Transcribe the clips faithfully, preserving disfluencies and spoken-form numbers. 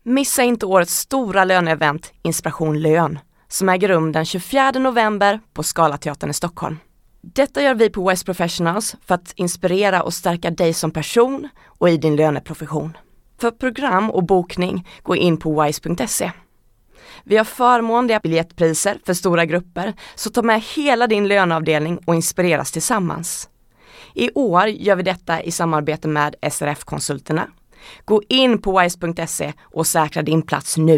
Missa inte årets stora löneevent Inspiration Lön som äger rum den tjugofjärde november på Scalateatern i Stockholm. Detta gör vi på Wise Professionals för att inspirera och stärka dig som person och i din löneprofession. För program och bokning, gå in på wise punkt se. Vi har förmånliga biljettpriser för stora grupper, så ta med hela din löneavdelning och inspireras tillsammans. I år gör vi detta i samarbete med S R F-konsulterna. Gå in på wise punkt se och säkra din plats nu.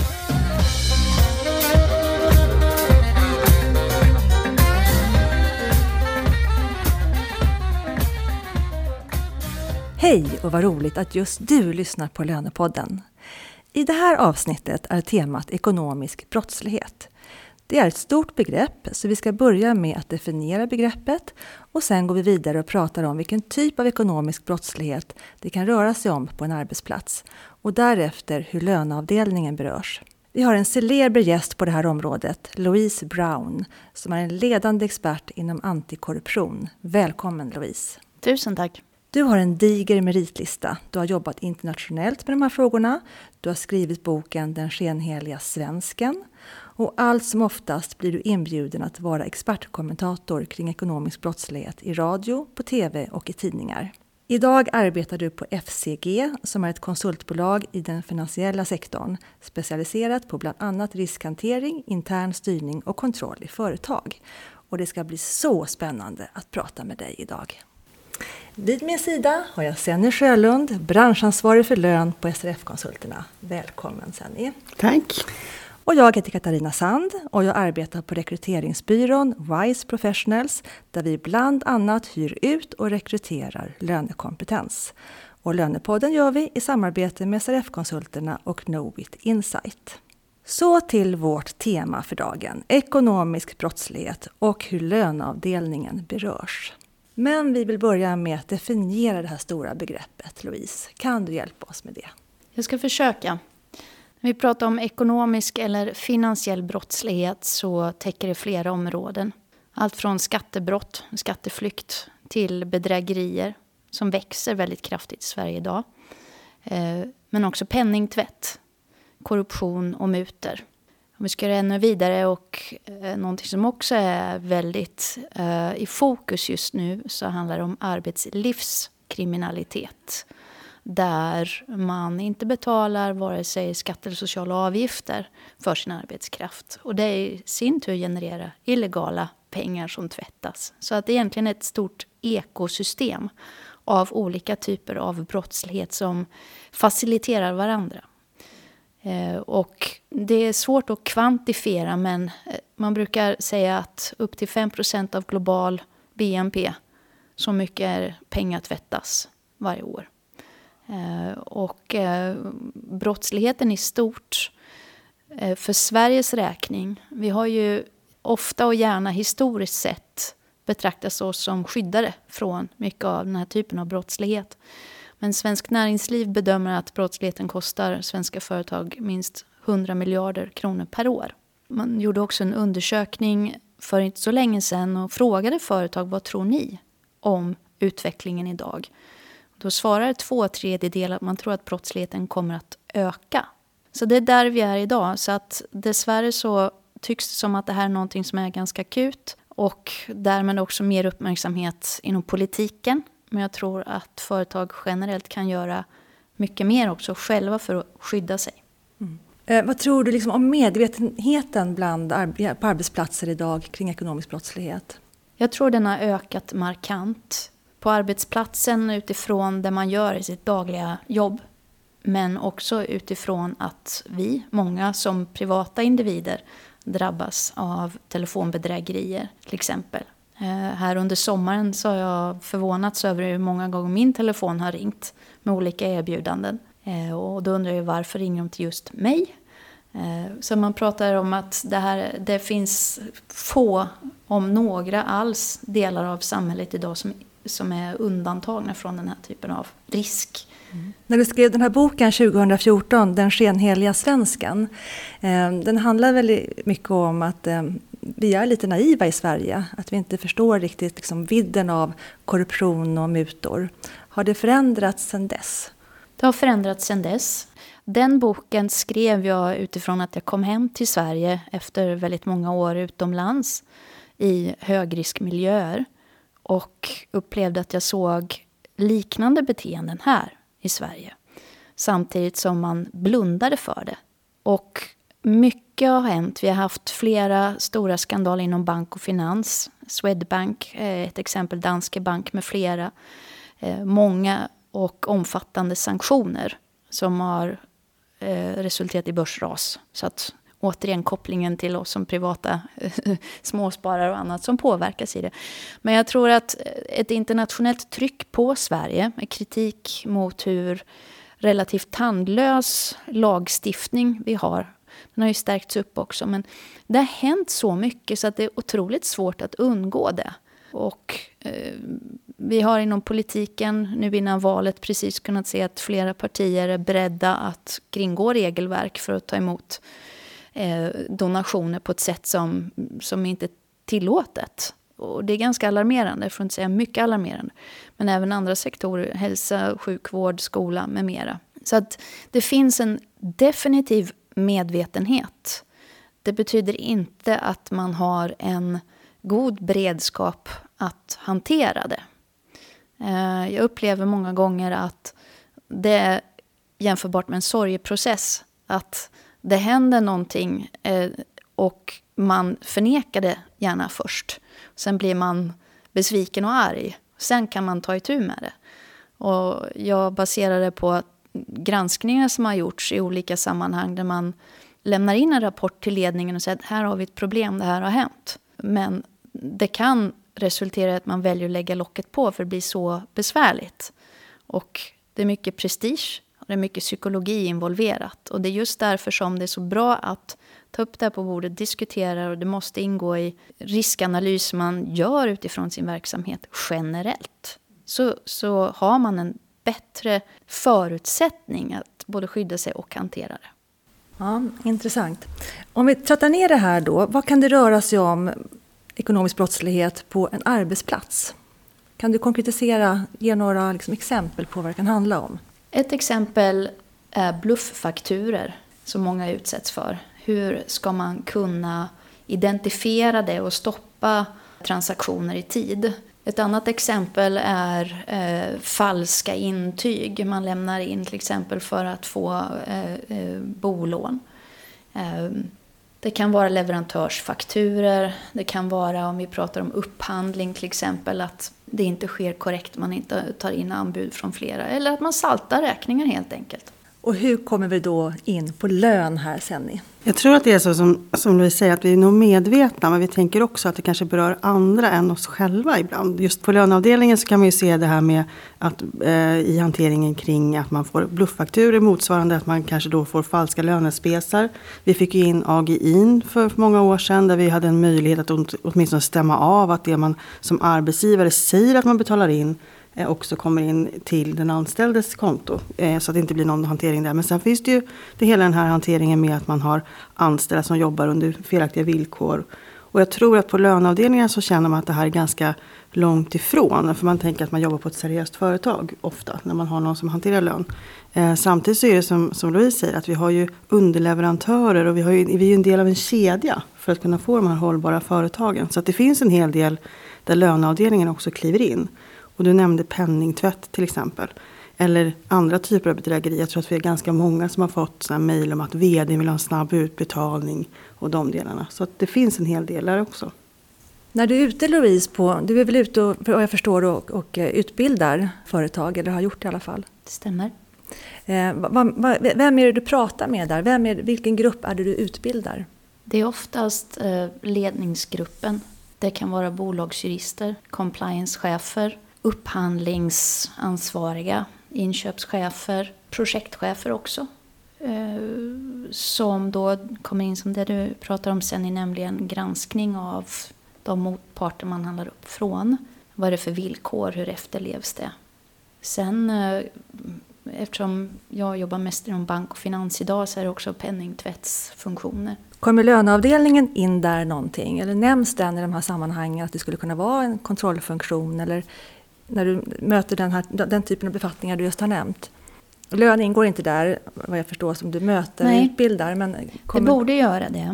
Hej och vad roligt att just du lyssnar på Lönepodden. I det här avsnittet är temat ekonomisk brottslighet. Det är ett stort begrepp, så vi ska börja med att definiera begreppet och sen går vi vidare och pratar om vilken typ av ekonomisk brottslighet det kan röra sig om på en arbetsplats och därefter hur löneavdelningen berörs. Vi har en celeber gäst på det här området, Louise Brown, som är en ledande expert inom antikorruption. Välkommen Louise. Tusen tack. Du har en diger meritlista. Du har jobbat internationellt med de här frågorna. Du har skrivit boken Den skenheliga svensken. Och allt som oftast blir du inbjuden att vara expertkommentator kring ekonomisk brottslighet i radio, på tv och i tidningar. Idag arbetar du på F C G som är ett konsultbolag i den finansiella sektorn specialiserat på bland annat riskhantering, intern styrning och kontroll i företag. Och det ska bli så spännande att prata med dig idag. Vid min sida har jag Senny Sjölund, branschansvarig för lön på S R F-konsulterna. Välkommen Senny. Tack. Och jag heter Katarina Sand och jag arbetar på rekryteringsbyrån Wise Professionals där vi bland annat hyr ut och rekryterar lönekompetens. Och Lönepodden gör vi i samarbete med S R F-konsulterna och Knowit Insight. Så till vårt tema för dagen, ekonomisk brottslighet och hur löneavdelningen berörs. Men vi vill börja med att definiera det här stora begreppet. Louise, kan du hjälpa oss med det? Jag ska försöka. När vi pratar om ekonomisk eller finansiell brottslighet så täcker det flera områden. Allt från skattebrott, skatteflykt till bedrägerier som växer väldigt kraftigt i Sverige idag. Men också penningtvätt, korruption och mutor. Om vi ska göra ännu vidare och eh, någonting som också är väldigt eh, i fokus just nu så handlar det om arbetslivskriminalitet. Där man inte betalar vare sig skatt eller sociala avgifter för sin arbetskraft. Och det i sin tur genererar illegala pengar som tvättas. Så att det egentligen är ett stort ekosystem av olika typer av brottslighet som faciliterar varandra. Och det är svårt att kvantifiera, men man brukar säga att upp till fem procent av global B N P, så mycket är pengar tvättas varje år. Och brottsligheten i stort för Sveriges räkning, vi har ju ofta och gärna historiskt sett betraktats oss som skyddare från mycket av den här typen av brottslighet. Men Svensk Näringsliv bedömer att brottsligheten kostar svenska företag minst hundra miljarder kronor per år. Man gjorde också en undersökning för inte så länge sedan och frågade företag vad tror ni om utvecklingen idag. Då svarar två tredjedelar att man tror att brottsligheten kommer att öka. Så det är där vi är idag. Så att dessvärre så tycks det som att det här är någonting som är ganska akut och därmed också mer uppmärksamhet inom politiken. Men jag tror att företag generellt kan göra mycket mer också själva för att skydda sig. Mm. Eh, vad tror du liksom om medvetenheten bland ar- på arbetsplatser idag kring ekonomisk brottslighet? Jag tror den har ökat markant på arbetsplatsen utifrån det man gör i sitt dagliga jobb. Men också utifrån att vi, många som privata individer, drabbas av telefonbedrägerier till exempel. Eh, här under sommaren så har jag förvånats över hur många gånger min telefon har ringt med olika erbjudanden. Eh, och då undrar jag varför ringer de till just mig? Eh, så man pratar om att det, här, det finns få, om några alls, delar av samhället idag som, som är undantagna från den här typen av risk. Mm. När du skrev den här boken tjugo fjorton, Den skenheliga svensken, eh, den handlar väldigt mycket om att eh, vi är lite naiva i Sverige. Att vi inte förstår riktigt liksom, vidden av korruption och mutor. Har det förändrats sedan dess? Det har förändrats sedan dess. Den boken skrev jag utifrån att jag kom hem till Sverige efter väldigt många år utomlands i högriskmiljöer och upplevde att jag såg liknande beteenden här i Sverige. Samtidigt som man blundade för det. Och mycket har hänt. Vi har haft flera stora skandaler inom bank och finans. Swedbank är ett exempel, Danske Bank med flera. Många och omfattande sanktioner som har resulterat i börsras. Så att återigen kopplingen till oss som privata småsparare och annat som påverkas i det. Men jag tror att ett internationellt tryck på Sverige med kritik mot hur relativt tandlös lagstiftning vi har. Den har ju stärkts upp också, men det har hänt så mycket så att det är otroligt svårt att undgå det. Och eh, vi har inom politiken nu innan valet precis kunnat se att flera partier är beredda att kringgå regelverk för att ta emot eh, donationer på ett sätt som, som inte är tillåtet. Och det är ganska alarmerande, för att inte säga mycket alarmerande. Men även andra sektorer, hälsa, sjukvård, skola med mera. Så att det finns en definitiv medvetenhet. Det betyder inte att man har en god beredskap att hantera det. Jag upplever många gånger att det är jämförbart med en sorgeprocess. Att det händer någonting och man förnekar det gärna först. Sen blir man besviken och arg. Sen kan man ta itu med det. Och jag baserar det på granskningar som har gjorts i olika sammanhang där man lämnar in en rapport till ledningen och säger att här har vi ett problem, det här har hänt. Men det kan resultera i att man väljer att lägga locket på för det blir så besvärligt. Och det är mycket prestige och det är mycket psykologi involverat. Och det är just därför som det är så bra att ta upp det här på bordet, diskutera, och det måste ingå i riskanalys man gör utifrån sin verksamhet generellt. Så, så har man en bättre förutsättning att både skydda sig och hantera det. Ja, intressant. Om vi trattar ner det här då, vad kan det röra sig om ekonomisk brottslighet på en arbetsplats? Kan du konkretisera, ge några liksom, exempel på vad det kan handla om? Ett exempel är blufffakturer som många utsätts för. Hur ska man kunna identifiera det och stoppa transaktioner i tid? Ett annat exempel är eh, falska intyg. Man lämnar in till exempel för att få eh, eh, bolån. Eh, det kan vara leverantörsfakturer. Det kan vara, om vi pratar om upphandling till exempel, att det inte sker korrekt. Man inte tar in anbud från flera. Eller att man saltar räkningar helt enkelt. Och hur kommer vi då in på lön här, Senni? Jag tror att det är så som, som Louise säger, att vi är nog medvetna, men vi tänker också att det kanske berör andra än oss själva ibland. Just på löneavdelningen så kan man ju se det här med att eh, i hanteringen kring att man får blufffakturer motsvarande att man kanske då får falska lönespesar. Vi fick ju in A G I för många år sedan där vi hade en möjlighet att åtminstone stämma av att det man som arbetsgivare säger att man betalar in också kommer in till den anställdes konto, så att det inte blir någon hantering där. Men sen finns det ju det hela den här hanteringen med att man har anställda som jobbar under felaktiga villkor. Och jag tror att på löneavdelningen så känner man att det här är ganska långt ifrån. För man tänker att man jobbar på ett seriöst företag ofta när man har någon som hanterar lön. Eh, samtidigt så är det som, som Louise säger att vi har ju underleverantörer och vi, har ju, vi är ju en del av en kedja för att kunna få de här hållbara företagen. Så att det finns en hel del där löneavdelningen också kliver in. Och du nämnde penningtvätt till exempel. Eller andra typer av bedrägeri. Jag tror att vi är ganska många som har fått sådana mejl om att vd vill ha en snabb utbetalning och de delarna. Så att det finns en hel del där också. När du är ute, Louise, på, du är väl ute och, jag förstår, och, och utbildar företag, eller har gjort det i alla fall? Det stämmer. Eh, va, va, vem är det du pratar med där? Vem är, vilken grupp är det du utbildar? Det är oftast eh, ledningsgruppen. Det kan vara bolagsjurister, compliance-chefer, upphandlingsansvariga, inköpschefer, projektchefer också. Eh, som då kommer in som det du pratar om sen, är nämligen granskning av de motparter man handlar upp från. Vad är det för villkor, hur efterlevs det? Sen, eh, eftersom jag jobbar mest inom bank och finans idag, så är det också penningtvättsfunktioner. Kommer löneavdelningen in där någonting? Eller nämns den i de här sammanhangen att det skulle kunna vara en kontrollfunktion? Eller när du möter den, här, den typen av befattningar du just har nämnt? Lön ingår inte där, vad jag förstår, som du möter och utbildar. Men kommer... Det borde göra det.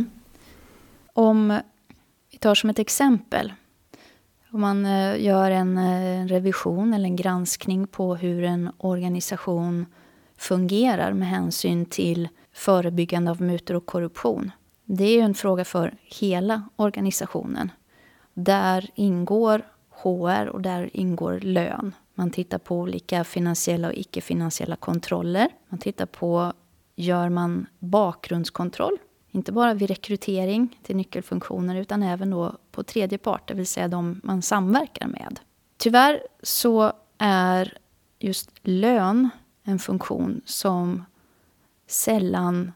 Om vi tar som ett exempel. Om man gör en revision eller en granskning på hur en organisation fungerar med hänsyn till förebyggande av mutor och korruption. Det är ju en fråga för hela organisationen. Där ingår H R och där ingår lön. Man tittar på olika finansiella och icke-finansiella kontroller. Man tittar på, gör man bakgrundskontroll? Inte bara vid rekrytering till nyckelfunktioner utan även då på tredje part, det vill säga de man samverkar med. Tyvärr så är just lön en funktion som sällan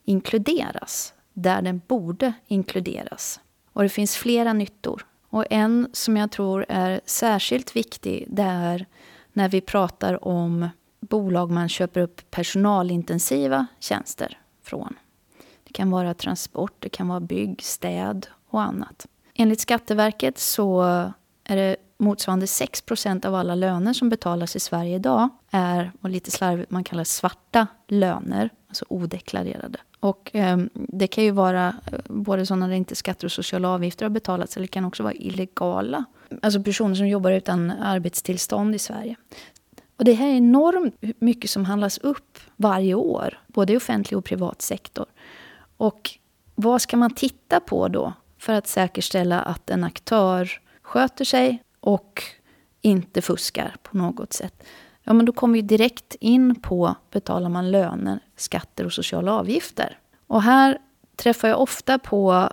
inkluderas där den borde inkluderas. Och det finns flera nyttor. Och en som jag tror är särskilt viktig, det är när vi pratar om bolag man köper upp personalintensiva tjänster från. Det kan vara transport, det kan vara bygg, städ och annat. Enligt Skatteverket så är det motsvarande sex procent av alla löner som betalas i Sverige idag är, och lite slarvigt man kallar svarta löner, alltså odeklarerade. Och eh, det kan ju vara både sådana där inte skatter och sociala avgifter har betalats, eller det kan också vara illegala. Alltså personer som jobbar utan arbetstillstånd i Sverige. Och det här är enormt mycket som handlas upp varje år, både i offentlig och privat sektor. Och vad ska man titta på då för att säkerställa att en aktör sköter sig och inte fuskar på något sätt? Ja, men då kommer vi direkt in på, betalar man löner, skatter och sociala avgifter. Och här träffar jag ofta på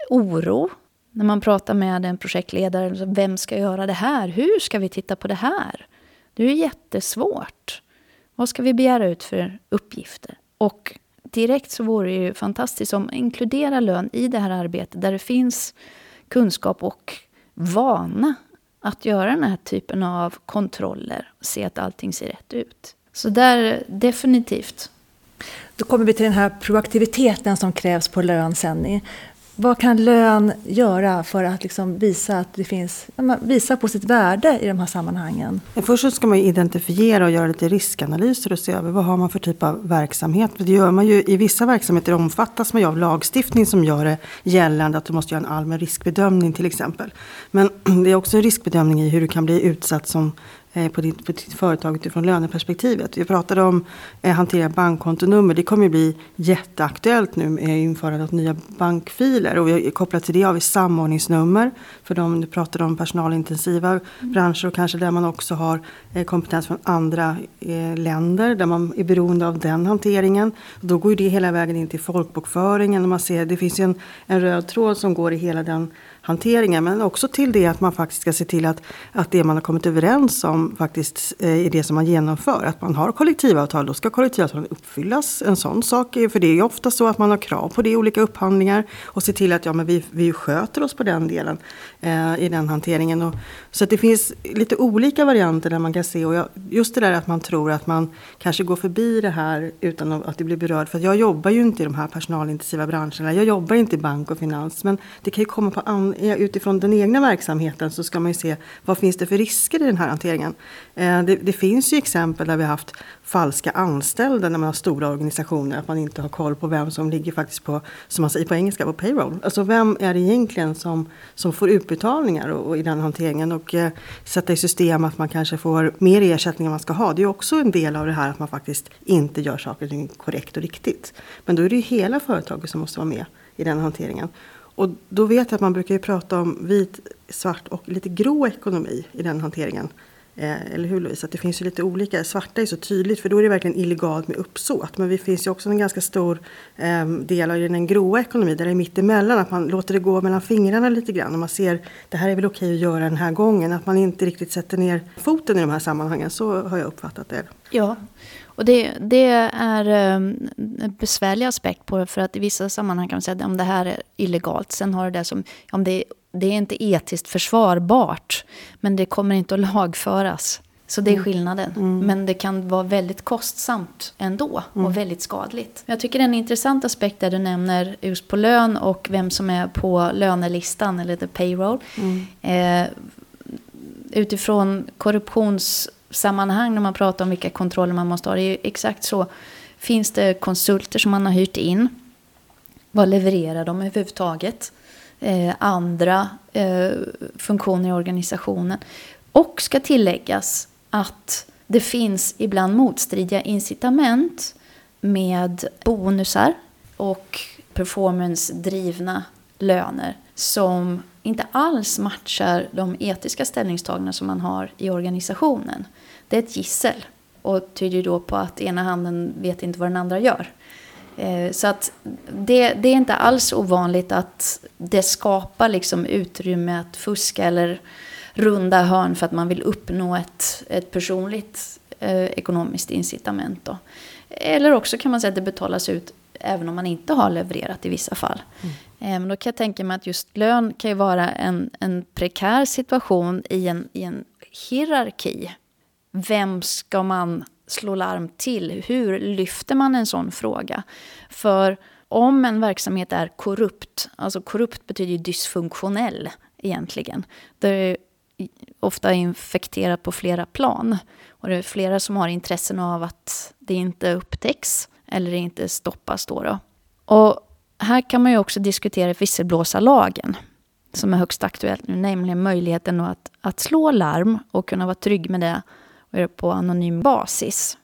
oro när man pratar med en projektledare. Vem ska göra det här? Hur ska vi titta på det här? Det är ju jättesvårt. Vad ska vi begära ut för uppgifter? Och direkt så vore det ju fantastiskt om inkludera lön i det här arbetet där det finns kunskap och vana att göra den här typen av kontroller och se att allting ser rätt ut. Så där definitivt. Då kommer vi till den här proaktiviteten som krävs på lön sen. Vad kan lön göra för att liksom visa att det finns, visa på sitt värde i de här sammanhangen? Först så ska man identifiera och göra lite riskanalyser och se över vad har man för typ av verksamhet. Det gör man ju, i vissa verksamheter omfattas man ju av lagstiftning som gör det gällande att du måste göra en allmän riskbedömning till exempel. Men det är också en riskbedömning i hur du kan bli utsatt som på ditt, på ditt företag utifrån löneperspektivet. Vi pratade om eh, hantera bankkontonummer. Det kommer ju bli jätteaktuellt nu med införandet av nya bankfiler. Och vi, kopplat till det har vi samordningsnummer. För de du pratade om personalintensiva mm. branscher och kanske där man också har eh, kompetens från andra eh, länder. Där man är beroende av den hanteringen. Och då går ju det hela vägen in till folkbokföringen. Och man ser, det finns ju en, en röd tråd som går i hela den hanteringen, men också till det att man faktiskt ska se till att, att det man har kommit överens om faktiskt är det som man genomför. Att man har kollektivavtal, då ska kollektivavtalen uppfyllas. En sån sak, för det är ju ofta så att man har krav på det i olika upphandlingar och se till att ja, men vi, vi sköter oss på den delen eh, i den hanteringen. Och, så att det finns lite olika varianter där man kan se, och jag, just det där att man tror att man kanske går förbi det här utan att det blir berörd. För jag jobbar ju inte i de här personalintensiva branscherna, jag jobbar inte i bank och finans, men det kan ju komma på an- utifrån den egna verksamheten så ska man ju se vad finns det för risker i den här hanteringen. Eh, det, det finns ju exempel där vi har haft falska anställda när man har stora organisationer, att man inte har koll på vem som ligger faktiskt på, som man säger på engelska, på payroll. Alltså vem är det egentligen som, som får utbetalningar och, och i den hanteringen, och eh, sätta i system att man kanske får mer ersättning än man ska ha. Det är också en del av det här att man faktiskt inte gör saker korrekt och riktigt. Men då är det ju hela företaget som måste vara med i den hanteringen. Och då vet jag att man brukar ju prata om vit, svart och lite grå ekonomi i den hanteringen. Eh, eller hur Louise? Att det finns ju lite olika. Svarta är så tydligt för då är det verkligen illegalt med uppsåt. Men det finns ju också en ganska stor eh, del av den gråa ekonomin där det är mitt emellan. Att man låter det gå mellan fingrarna lite grann. Och man ser det här är väl okej att göra den här gången. Att man inte riktigt sätter ner foten i de här sammanhangen. Så har jag uppfattat det. Ja. Och det, det är en besvärlig aspekt på det, för att i vissa sammanhang kan man säga att om det här är illegalt, sen har det det som, om det, det är inte etiskt försvarbart, men det kommer inte att lagföras. Så det är skillnaden. Mm. Men det kan vara väldigt kostsamt ändå och mm. väldigt skadligt. Jag tycker det är en intressant aspekt där du nämner just på lön och vem som är på lönelistan eller the payroll. Mm. Eh, utifrån korruptions sammanhang när man pratar om vilka kontroller man måste ha. Det är ju exakt så. Finns det konsulter som man har hyrt in? Vad levererar de överhuvudtaget? Eh, andra eh, funktioner i organisationen. Och ska tilläggas att det finns ibland motstridiga incitament med bonusar och performance-drivna löner som inte alls matchar de etiska ställningstaganden som man har i organisationen. Det är ett gissel och tyder då på att ena handen vet inte vad den andra gör. Eh, så att det, det är inte alls ovanligt att det skapar liksom utrymme att fuska eller runda hörn för att man vill uppnå ett, ett personligt eh, ekonomiskt incitament då. Eller också kan man säga att det betalas ut även om man inte har levererat i vissa fall. Mm. Eh, men då kan jag tänka mig att just lön kan ju vara en, en prekär situation i en, i en hierarki. Vem ska man slå larm till? Hur lyfter man en sån fråga? För om en verksamhet är korrupt, alltså korrupt betyder ju dysfunktionell egentligen. Det är ofta infekterat på flera plan. Och det är flera som har intressen av att det inte upptäcks eller inte stoppas då. då. Och här kan man ju också diskutera visselblåsarlagen som är högst aktuellt nu, nämligen möjligheten att, att slå larm och kunna vara trygg med det på anonym basis.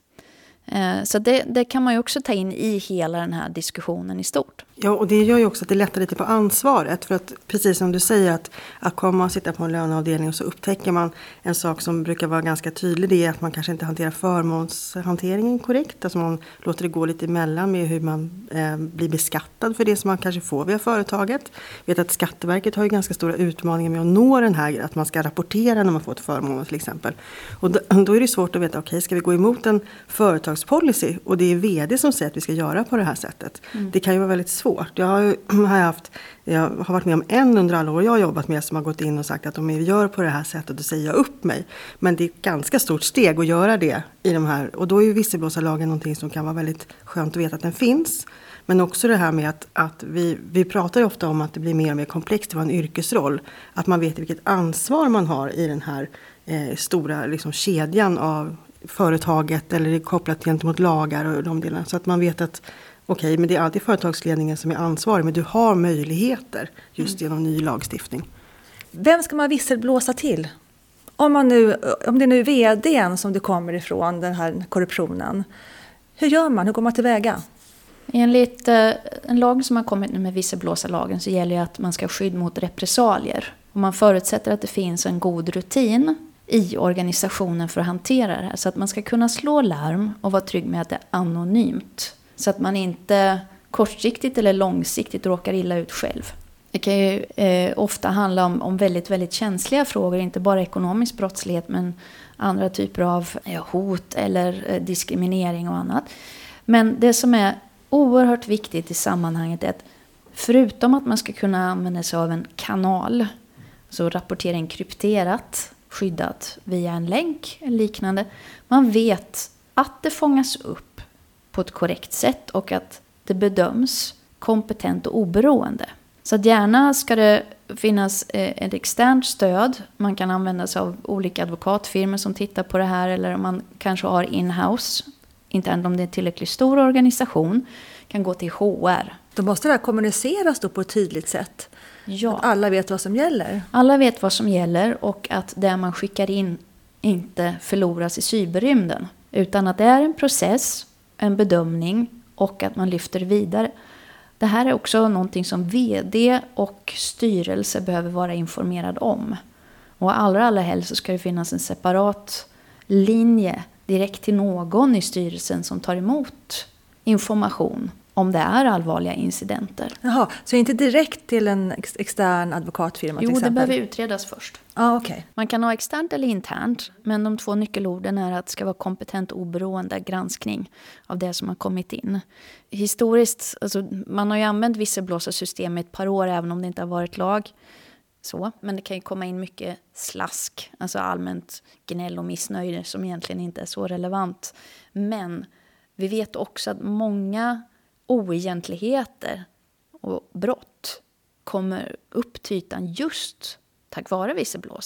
Så det, det kan man ju också ta in i hela den här diskussionen i stort. Ja, och det gör ju också att det lättar lite på ansvaret. För att precis som du säger, att, att komma och sitta på en löneavdelning och så upptäcker man en sak som brukar vara ganska tydlig. Det är att man kanske inte hanterar förmånshanteringen korrekt. Alltså man låter det gå lite emellan med hur man eh, blir beskattad för det som man kanske får via företaget. Jag vet att Skatteverket har ju ganska stora utmaningar med att nå den här, att man ska rapportera när man får ett förmån till exempel. Och då, då är det svårt att veta, okej, okay, ska vi gå emot en företagspolicy? Och det är vd som säger att vi ska göra på det här sättet. Mm. Det kan ju vara väldigt svårt. Jag har, ju, har haft, jag har varit med om en under alla år jag har jobbat med som har gått in och sagt att om vi gör på det här sättet då säger jag upp mig. Men det är ett ganska stort steg att göra det i de här. Och då är ju visselblåsarlagen någonting som kan vara väldigt skönt att veta att den finns. Men också det här med att, att vi, vi pratar ju ofta om att det blir mer och mer komplext. Det var en yrkesroll. Att man vet vilket ansvar man har i den här eh, stora liksom, kedjan av företaget eller kopplat gentemot lagar och de delarna. Så att man vet att okej, men det är alltid företagsledningen som är ansvarig, men du har möjligheter just mm. genom ny lagstiftning. Vem ska man visselblåsa till? Om, man nu, om det är nu vdn som det kommer ifrån, den här korruptionen. Hur gör man? Hur går man tillväga? Enligt eh, en lag som har kommit nu med visselblåsarlagen så gäller det att man ska skydd mot repressalier. Och man förutsätter att det finns en god rutin i organisationen för att hantera det här. Så att man ska kunna slå larm och vara trygg med att det är anonymt. Så att man inte kortsiktigt eller långsiktigt råkar illa ut själv. Det kan ju eh, ofta handla om, om väldigt, väldigt känsliga frågor. Inte bara ekonomisk brottslighet men andra typer av ja, hot eller eh, diskriminering och annat. Men det som är oerhört viktigt i sammanhanget är att förutom att man ska kunna använda sig av en kanal, så rapportering krypterat, skyddat via en länk eller liknande. Man vet att det fångas upp på ett korrekt sätt och att det bedöms kompetent och oberoende. Så att gärna ska det finnas ett externt stöd. Man kan använda sig av olika advokatfirmor som tittar på det här eller om man kanske har in-house, internt om det är en tillräckligt stor organisation, kan gå till H R. Då måste det här kommuniceras då på ett tydligt sätt. Ja. Att alla vet vad som gäller. Alla vet vad som gäller och att det man skickar in inte förloras i cyberrymden. Utan att det är en process, en bedömning och att man lyfter vidare. Det här är också någonting som vd och styrelse behöver vara informerad om. Och allra, allra helst så ska det finnas en separat linje direkt till någon i styrelsen som tar emot information om det är allvarliga incidenter. Jaha, så inte direkt till en ex- extern advokatfirma till jo, exempel? Jo, det behöver utredas först. Ah, okay. Man kan ha externt eller internt, men de två nyckelorden är att det ska vara kompetent och oberoende granskning av det som har kommit in. Historiskt, alltså, man har ju använt visselblåsarsystem i ett par år även om det inte har varit lag. Så, men det kan ju komma in mycket slask, alltså allmänt gnäll och missnöje som egentligen inte är så relevant. Men vi vet också att många oegentligheter och brott kommer upp till ytan just tack vare visselblåsare.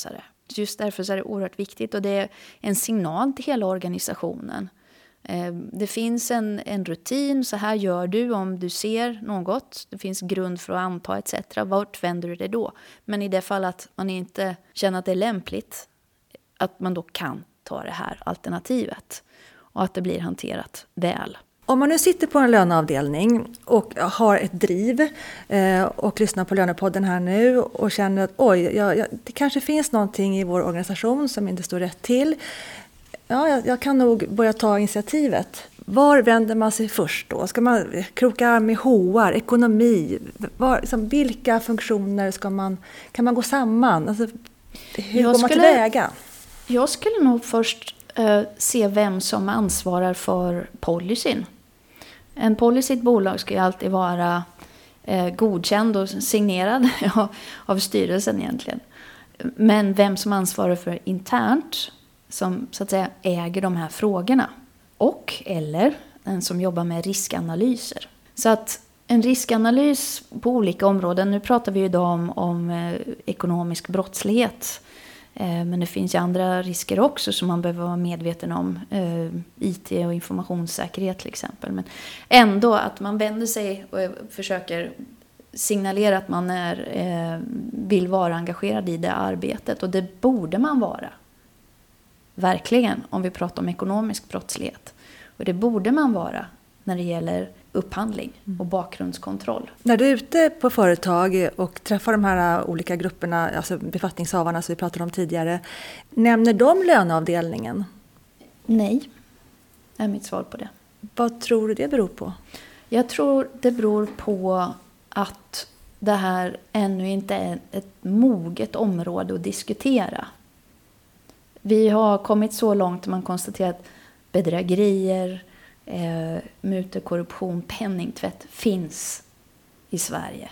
Just därför så är det oerhört viktigt, och det är en signal till hela organisationen. Det finns en, en rutin, så här gör du om du ser något. Det finns grund för att anta et cetera. Vart vänder du dig då? Men i det fall att man inte känner att det är lämpligt, att man då kan ta det här alternativet. Och att det blir hanterat väl. Om man nu sitter på en löneavdelning och har ett driv eh, och lyssnar på Lönepodden här nu och känner att oj, jag, jag, det kanske finns någonting i vår organisation som inte står rätt till. Ja, jag, jag kan nog börja ta initiativet. Var vänder man sig först då? Ska man kroka arm med H R, ekonomi? Var, liksom, vilka funktioner ska man, kan man gå samman? Alltså, hur jag går man skulle, tillväga? Jag skulle nog först eh, se vem som ansvarar för policyn. En policy i ett bolag ska ju alltid vara eh, godkänd och signerad av styrelsen egentligen. Men vem som ansvarar för internt, som så att säga äger de här frågorna. Och eller en som jobbar med riskanalyser. Så att en riskanalys på olika områden, nu pratar vi ju idag om, om eh, ekonomisk brottslighet. Eh, men det finns ju andra risker också som man behöver vara medveten om. Eh, I T och informationssäkerhet till exempel. Men ändå att man vänder sig och försöker signalera att man är, eh, vill vara engagerad i det arbetet. Och det borde man vara. Verkligen, om vi pratar om ekonomisk brottslighet. Och det borde man vara när det gäller upphandling och bakgrundskontroll. När du är ute på företag och träffar de här olika grupperna, alltså befattningshavarna som vi pratade om tidigare, nämner de löneavdelningen? Nej, är mitt svar på det. Vad tror du det beror på? Jag tror det beror på att det här ännu inte är ett moget område att diskutera. Vi har kommit så långt att man konstaterar att bedrägerier, eh, mutor, korruption, penningtvätt finns i Sverige.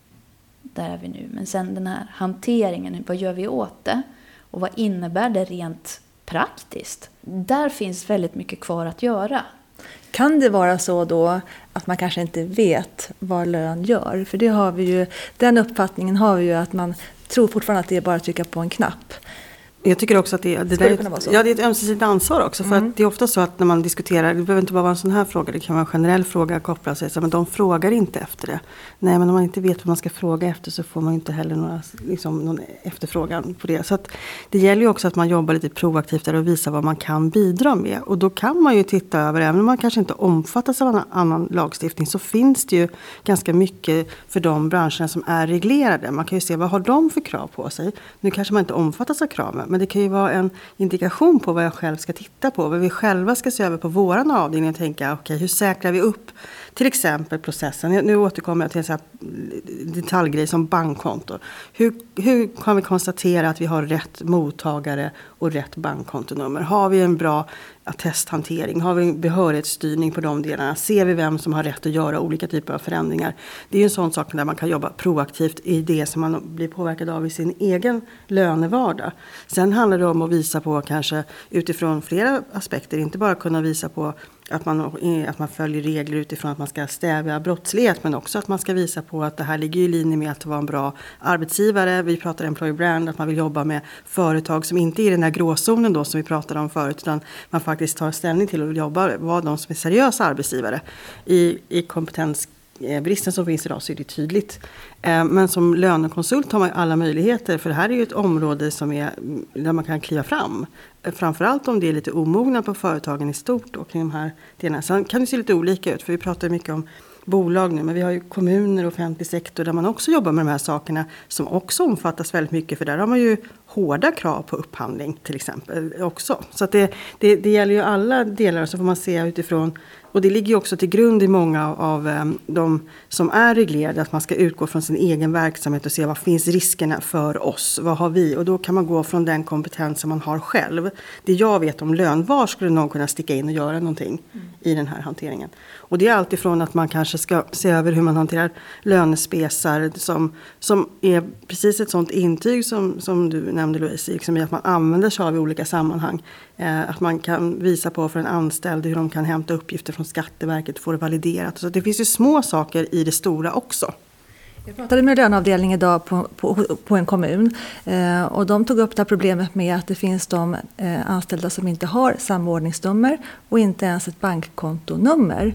Där är vi nu. Men sen den här hanteringen, vad gör vi åt det? Och vad innebär det rent praktiskt? Där finns väldigt mycket kvar att göra. Kan det vara så då att man kanske inte vet vad lön gör? För det har vi ju, den uppfattningen har vi ju, att man tror fortfarande att det är bara att trycka på en knapp. Jag tycker också att det, det, där är, ett, ja, det är ett ömsesidigt ansvar också. För mm. att det är ofta så att när man diskuterar, det behöver inte bara vara en sån här fråga, det kan vara en generell fråga kopplad sig, men de frågar inte efter det. Nej, men om man inte vet vad man ska fråga efter så får man inte heller några, liksom, någon efterfrågan på det. Så att det gäller ju också att man jobbar lite proaktivt där och visar vad man kan bidra med. Och då kan man ju titta över, även om man kanske inte omfattas av en annan lagstiftning, så finns det ju ganska mycket för de branscherna som är reglerade. Man kan ju se, vad har de för krav på sig? Nu kanske man inte omfattas av kraven, men det kan ju vara en indikation på vad jag själv ska titta på. Vad vi själva ska se över på våran avdelning och tänka, okej, okay, hur säkrar vi upp till exempel processen? Nu återkommer jag till en sån här detaljgrej som bankkonto. Hur, hur kan vi konstatera att vi har rätt mottagare och rätt bankkontonummer? Har vi en bra attesthantering? Har vi behörighetsstyrning på de delarna? Ser vi vem som har rätt att göra olika typer av förändringar? Det är ju en sån sak där man kan jobba proaktivt i det som man blir påverkad av i sin egen lönevardag. Sen handlar det om att visa på kanske utifrån flera aspekter. Inte bara kunna visa på att man, att man följer regler utifrån att man ska stävja brottslighet, men också att man ska visa på att det här ligger i linje med att vara en bra arbetsgivare. Vi pratar employer brand, att man vill jobba med företag som inte är i den här gråzonen då som vi pratade om förut, utan man faktiskt tar ställning till och vill jobba, vara de som är seriösa arbetsgivare. I, i kompetensbristen som finns idag så är det tydligt. Men som lönekonsult har man ju alla möjligheter, för det här är ju ett område som är, där man kan kliva fram. Framförallt om det är lite omogna på företagen i stort och kring de här delarna. Sen kan det se lite olika ut, för vi pratar mycket om bolag nu, men vi har ju kommuner och offentlig sektor där man också jobbar med de här sakerna som också omfattas väldigt mycket, för där har man ju hårda krav på upphandling till exempel också. Så att det, det, det gäller ju alla delar, så får man se utifrån, och det ligger ju också till grund i många av, av de som är reglerade, att man ska utgå från sin egen verksamhet och se vad finns riskerna för oss, vad har vi, och då kan man gå från den kompetens som man har själv. Det jag vet om lön, var skulle någon kunna sticka in och göra någonting mm. i den här hanteringen. Och det är alltid från att man kanske ska se över hur man hanterar lönespesar som, som är precis ett sånt intyg som, som du nämnde Louise, liksom i att man använder sig av i olika sammanhang. Eh, att man kan visa på för en anställd hur de kan hämta uppgifter från Skatteverket och få det validerat. Så det finns ju små saker i det stora också. Jag pratade med löneavdelning idag på, på, på en kommun eh, och de tog upp det här problemet med att det finns de eh, anställda som inte har samordningsnummer och inte ens ett bankkontonummer.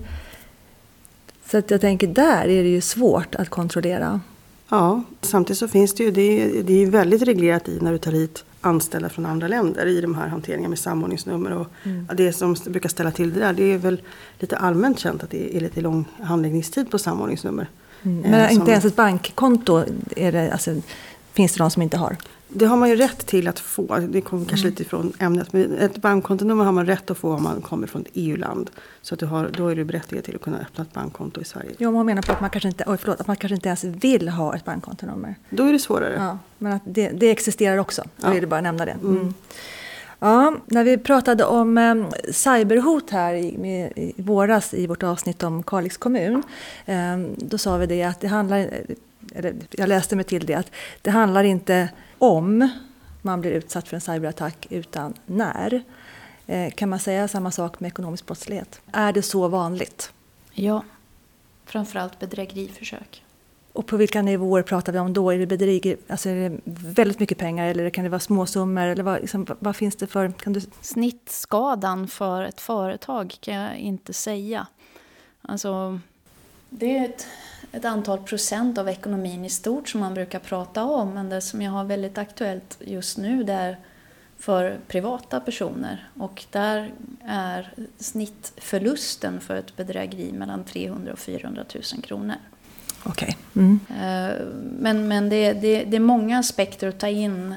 Så att jag tänker, där är det ju svårt att kontrollera. Ja, samtidigt så finns det ju, det är, det är ju väldigt reglerat i när du tar hit anställda från andra länder i de här hanteringarna med samordningsnummer. Och mm. det som brukar ställa till det där, det är väl lite allmänt känt att det är lite lång handläggningstid på samordningsnummer. Mm. Men eh, inte som, ens ett bankkonto är det, alltså, finns det någon som inte har? Det har man ju rätt till att få. Det kommer kanske mm. lite ifrån ämnet. Men ett bankkontonummer har man rätt att få om man kommer från ett E U-land. Så att du har, då är du berättigad till att kunna öppna ett bankkonto i Sverige. Jo, man menar på att man kanske inte, oj, förlåt, att man kanske inte ens vill ha ett bankkontonummer. Då är det svårare. Ja, men att det, det existerar också. Jag ja. ville bara nämna det. Mm. Mm. Ja, när vi pratade om eh, cyberhot här i, med, i våras i vårt avsnitt om Kalix kommun. Eh, då sa vi det att det handlar, eller jag läste mig till det, att det handlar inte om man blir utsatt för en cyberattack utan när. Eh, kan man säga samma sak med ekonomisk brottslighet? Är det så vanligt? Ja, framförallt bedrägeriförsök. Och på vilka nivåer pratar vi om då? Är det bedrägeri, alltså är det väldigt mycket pengar eller kan det vara småsummor? Eller vad, liksom, vad finns det för... Kan du... Snittskadan för ett företag kan jag inte säga. Alltså, det är ett, ett antal procent av ekonomin i stort som man brukar prata om. Men det som jag har väldigt aktuellt just nu det är för privata personer. Och där är snittförlusten för ett bedrägeri mellan trehundra och fyrahundratusen kronor. Okej. Okay. Mm. Men, men det, det, det är många aspekter att ta in.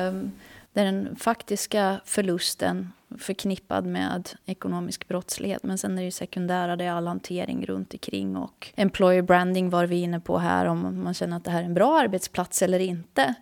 Där den faktiska förlusten förknippad med ekonomisk brottslighet. Men sen är det ju sekundära, det är all hantering runt omkring. Och employer branding var vi inne på här, om man känner att det här är en bra arbetsplats eller inte.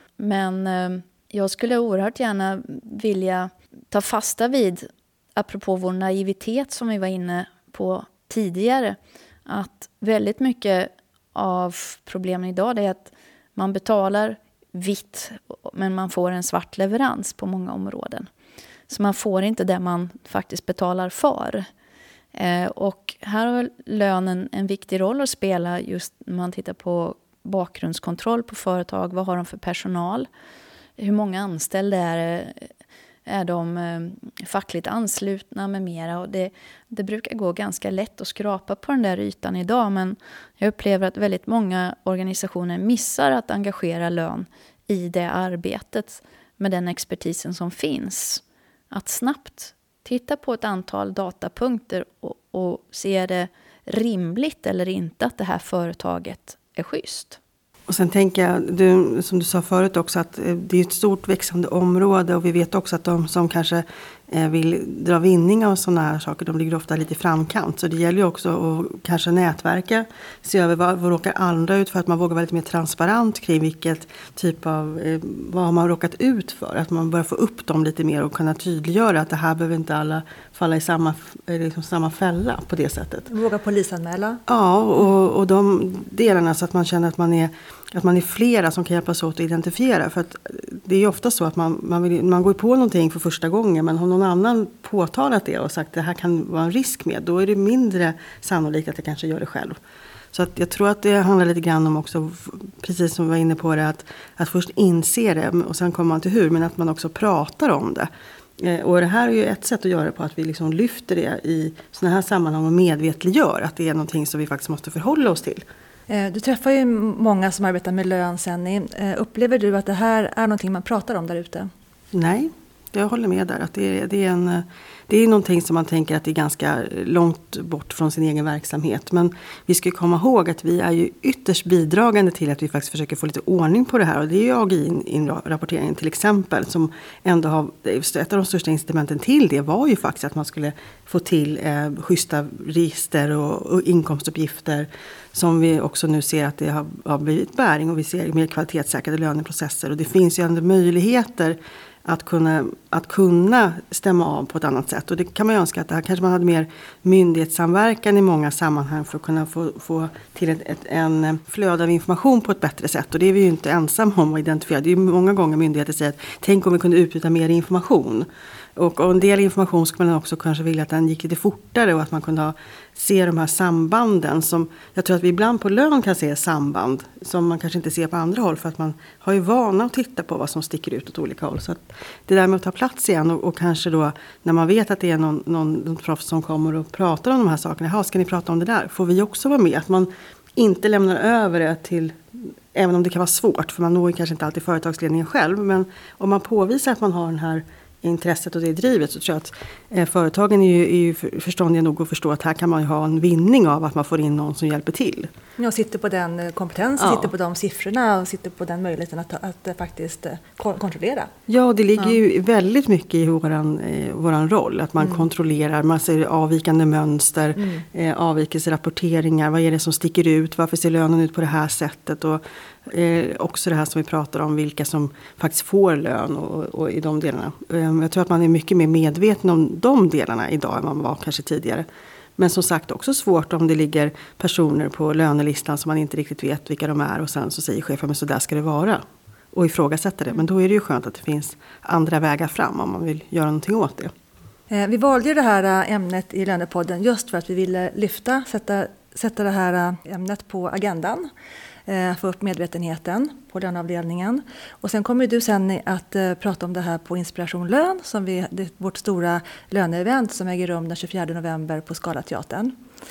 Men jag skulle oerhört gärna vilja ta fasta vid, apropå vår naivitet som vi var inne på tidigare, att väldigt mycket av problemen idag är att man betalar vitt men man får en svart leverans på många områden. Så man får inte det man faktiskt betalar för. Eh, och här har lönen en viktig roll att spela just när man tittar på bakgrundskontroll på företag. Vad har de för personal? Hur många anställda är det? Är de eh, fackligt anslutna med mera? Och det, det brukar gå ganska lätt att skrapa på den där ytan idag. Men jag upplever att väldigt många organisationer missar att engagera lön i det arbetet med den expertisen som finns. Att snabbt titta på ett antal datapunkter och, och se det rimligt eller inte att det här företaget är schysst. Och sen tänker jag, du, som du sa förut också, att det är ett stort växande område och vi vet också att de som kanske vill dra vinning av sådana här saker, de ligger ofta lite i framkant. Så det gäller ju också att kanske nätverka, se över vad, vad råkar andra ut för, att man vågar vara lite mer transparent kring vilket typ av, vad har man råkat ut för. Att man börjar få upp dem lite mer och kunna tydliggöra att det här behöver inte alla falla i samma, liksom samma fälla på det sättet. Våga polisanmäla? Ja, och, och de delarna så att man känner att man är Att man är flera som kan hjälpas åt att identifiera. För att det är ju ofta så att man, man, vill, man går på någonting för första gången. Men har någon annan påtalat det och sagt att det här kan vara en risk med. Då är det mindre sannolikt att jag kanske gör det själv. Så att jag tror att det handlar lite grann om också, precis som vi var inne på det. Att, att först inse det och sen kommer man till hur. Men att man också pratar om det. Och det här är ju ett sätt att göra det på, att vi liksom lyfter det i sådana här sammanhang och medvetliggör att det är någonting som vi faktiskt måste förhålla oss till. Du träffar ju många som arbetar med lön sen. Upplever du att det här är någonting man pratar om där ute? Nej, jag håller med där. Att det är, det är, en, det är någonting som man tänker att det är ganska långt bort från sin egen verksamhet. Men vi ska komma ihåg att vi är ju ytterst bidragande till att vi faktiskt försöker få lite ordning på det här. Och det är ju A G I-rapporteringen till exempel som ändå har, ett av de största incitamenten till det var ju faktiskt att man skulle få till eh, schyssta register och, och inkomstuppgifter. Som vi också nu ser att det har, har blivit bäring och vi ser mer kvalitetssäkrade löneprocesser. Och det finns ju ändå möjligheter att kunna, att kunna stämma av på ett annat sätt. Och det kan man ju önska att det här kanske man hade mer myndighetssamverkan i många sammanhang för att kunna få, få till ett, ett, en flöde av information på ett bättre sätt. Och det är vi ju inte ensamma om att identifiera. Det är ju många gånger myndigheter säger att tänk om vi kunde utbyta mer information. Och, och en del information skulle man också kanske vilja att den gick lite fortare och att man kunde ha, se de här sambanden. Som, jag tror att vi ibland på lön kan se samband som man kanske inte ser på andra håll för att man har ju vana att titta på vad som sticker ut åt olika håll. Så att det där med att ta plats igen och, och kanske då när man vet att det är någon, någon, någon proffs som kommer och pratar om de här sakerna. Jaha, ska ni prata om det där? Får vi också vara med? Att man inte lämnar över det till, även om det kan vara svårt för man når kanske inte alltid företagsledningen själv. Men om man påvisar att man har den här intresset och det drivet så tror jag att eh, företagen är ju, är ju förståndiga nog att förstå att här kan man ju ha en vinning av att man får in någon som hjälper till. Ja, sitter på den kompetensen, ja. sitter på de siffrorna och sitter på den möjligheten att, att, att faktiskt eh, kontrollera. Ja, det ligger ja. ju väldigt mycket i våran, eh, våran roll. Att man mm. kontrollerar, man ser avvikande mönster, mm. eh, avvikelserapporteringar. Vad är det som sticker ut? Varför ser lönen ut på det här sättet? Och eh, också det här som vi pratar om, vilka som faktiskt får lön och, och i de delarna. Eh, jag tror att man är mycket mer medveten om de delarna idag än man var kanske tidigare. Men som sagt också svårt om det ligger personer på lönelistan som man inte riktigt vet vilka de är. Och sen så säger chefen, men så där ska det vara. Och ifrågasätter det. Men då är det ju skönt att det finns andra vägar fram om man vill göra någonting åt det. Vi valde ju det här ämnet i Lönepodden just för att vi ville lyfta, sätta, sätta det här ämnet på agendan. Få upp medvetenheten på löneavdelningen. Och sen kommer du sen att uh, prata om det här på Inspiration Lön, som vi, det är vårt stora löneevent som äger rum den tjugofjärde november på Scalateatern.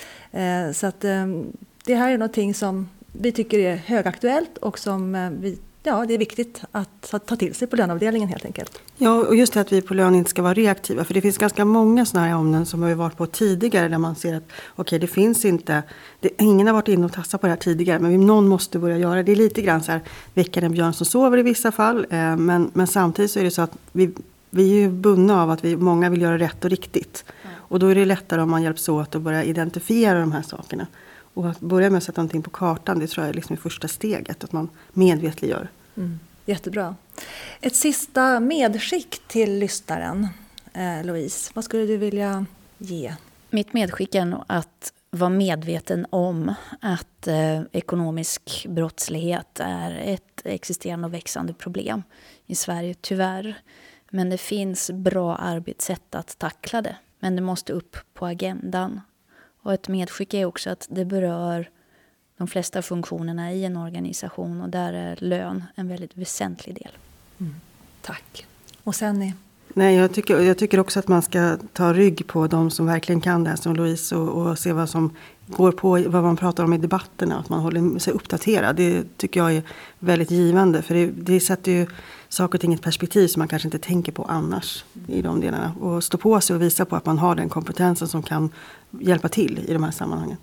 Uh, så att um, det här är någonting som vi tycker är högaktuellt och som uh, vi, ja, det är viktigt att ta till sig på löneavdelningen helt enkelt. Ja, och just det att vi på lön inte ska vara reaktiva. För det finns ganska många sådana här ämnen som vi har varit på tidigare. Där man ser att okej, okay, det finns inte, det, ingen har varit inne och tassat på det här tidigare. Men vi, någon måste börja göra det. Det är lite grann så här, väcka en björn som sover i vissa fall. Eh, men, men samtidigt så är det så att vi, vi är ju bundna av att vi, många vill göra rätt och riktigt. Mm. Och då är det lättare om man hjälps åt att börja identifiera de här sakerna. Och att börja med att sätta någonting på kartan, det tror jag är liksom det första steget. Att man medvetliggör. Mm. Jättebra. Ett sista medskick till lyssnaren. Eh, Louise, vad skulle du vilja ge? Mitt medskick är nog att vara medveten om att eh, ekonomisk brottslighet är ett existerande och växande problem i Sverige, tyvärr. Men det finns bra arbetssätt att tackla det. Men det måste upp på agendan. Och ett medskick är också att det berör de flesta funktionerna i en organisation och där är lön en väldigt väsentlig del. Mm. Tack. Och sen är... Nej, jag tycker, jag tycker också att man ska ta rygg på de som verkligen kan det här som Louise och, och se vad som går på, vad man pratar om i debatterna. Att man håller sig uppdaterad. Det tycker jag är väldigt givande. För det, det sätter ju saker och ting i ett perspektiv som man kanske inte tänker på annars i de delarna. Och stå på sig och visa på att man har den kompetensen som kan hjälpa till i de här sammanhangen.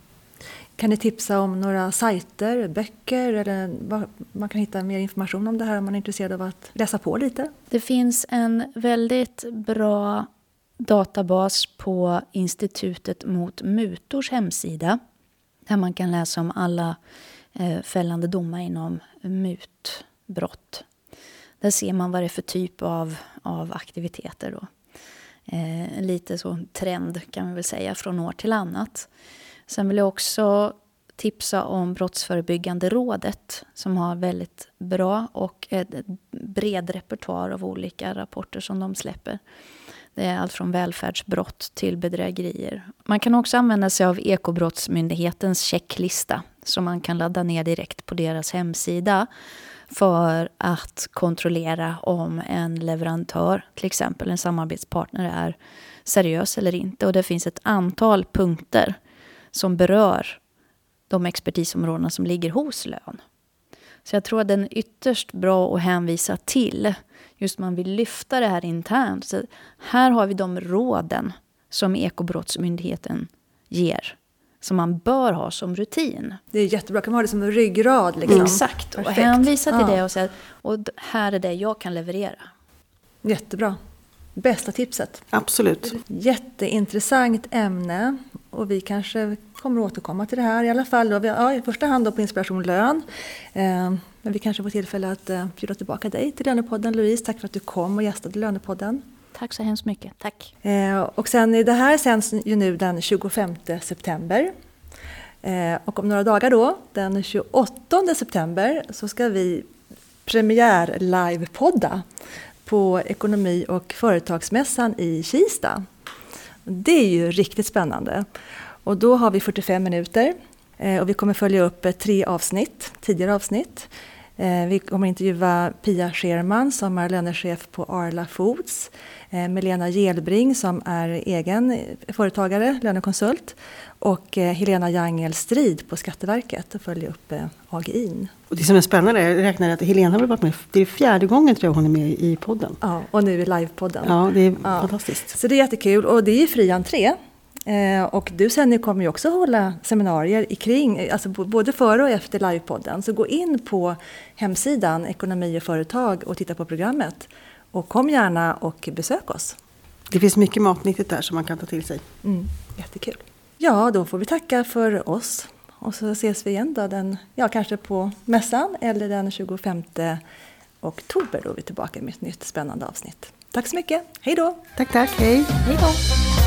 Kan ni tipsa om några sajter, böcker eller vad man kan hitta mer information om det här om man är intresserad av att läsa på lite? Det finns en väldigt bra databas på Institutet mot mutors hemsida där man kan läsa om alla eh, fällande domar inom mutbrott. Där ser man vad det är för typ av, av aktiviteter då. Eh, lite så trend kan man väl säga från år till annat. Sen vill jag också tipsa om Brottsförebyggande rådet som har väldigt bra och ett bred repertoar av olika rapporter som de släpper. Det är allt från välfärdsbrott till bedrägerier. Man kan också använda sig av Ekobrottsmyndighetens checklista som man kan ladda ner direkt på deras hemsida för att kontrollera om en leverantör, till exempel en samarbetspartner, är seriös eller inte. Och det finns ett antal punkter som berör de expertisområdena som ligger hos lön. Så jag tror att den är ytterst bra att hänvisa till. Just man vill lyfta det här internt. Så här har vi de råden som Ekobrottsmyndigheten ger. Som man bör ha som rutin. Det är jättebra, kan man ha det som en ryggrad. Liksom. Mm. Exakt, perfekt. Och hänvisa till ja. det och säga och här är det jag kan leverera. Jättebra. Bästa tipset. Absolut. Jätteintressant ämne och vi kanske kommer att återkomma till det här i alla fall. Då. Ja, i första hand då på Inspiration Lön. Eh, men vi kanske får tillfälle att eh, bjuda tillbaka dig till Lönepodden. Louise, tack för att du kom och gästade Lönepodden. Tack så hemskt mycket. Tack. Eh, och sen det här sänds ju nu den tjugofemte september. Eh, och om några dagar då, den tjugoåttonde september, så ska vi premiär live-podda på ekonomi- och företagsmässan i Kista. Det är ju riktigt spännande. Och då har vi fyrtiofem minuter och vi kommer följa upp tre avsnitt, tidigare avsnitt. Vi kommer intervjua Pia Scherman som är lönechef på Arla Foods, Melena Gelbring som är egen företagare, lönekonsult, och Helena Jangelstrid på Skatteverket och följer upp A G I. Och det som är spännande är, jag räknar att Helena har varit med, det är fjärde gången tror jag hon är med i podden. Ja, och nu är livepodden. Ja, det är ja. fantastiskt. Så det är jättekul och det är fri entré. Eh, och du sen kommer ju också hålla seminarier i kring, alltså både före och efter livepodden. Så gå in på hemsidan Ekonomi och företag och titta på programmet. Och kom gärna och besök oss. Det finns mycket matnyttigt där som man kan ta till sig. Mm, jättekul. Ja, då får vi tacka för oss. Och så ses vi igen då, den, ja, kanske på mässan eller den tjugofemte oktober då är vi tillbaka med ett nytt spännande avsnitt. Tack så mycket. Hej då! Tack, tack. Hej. Hej då!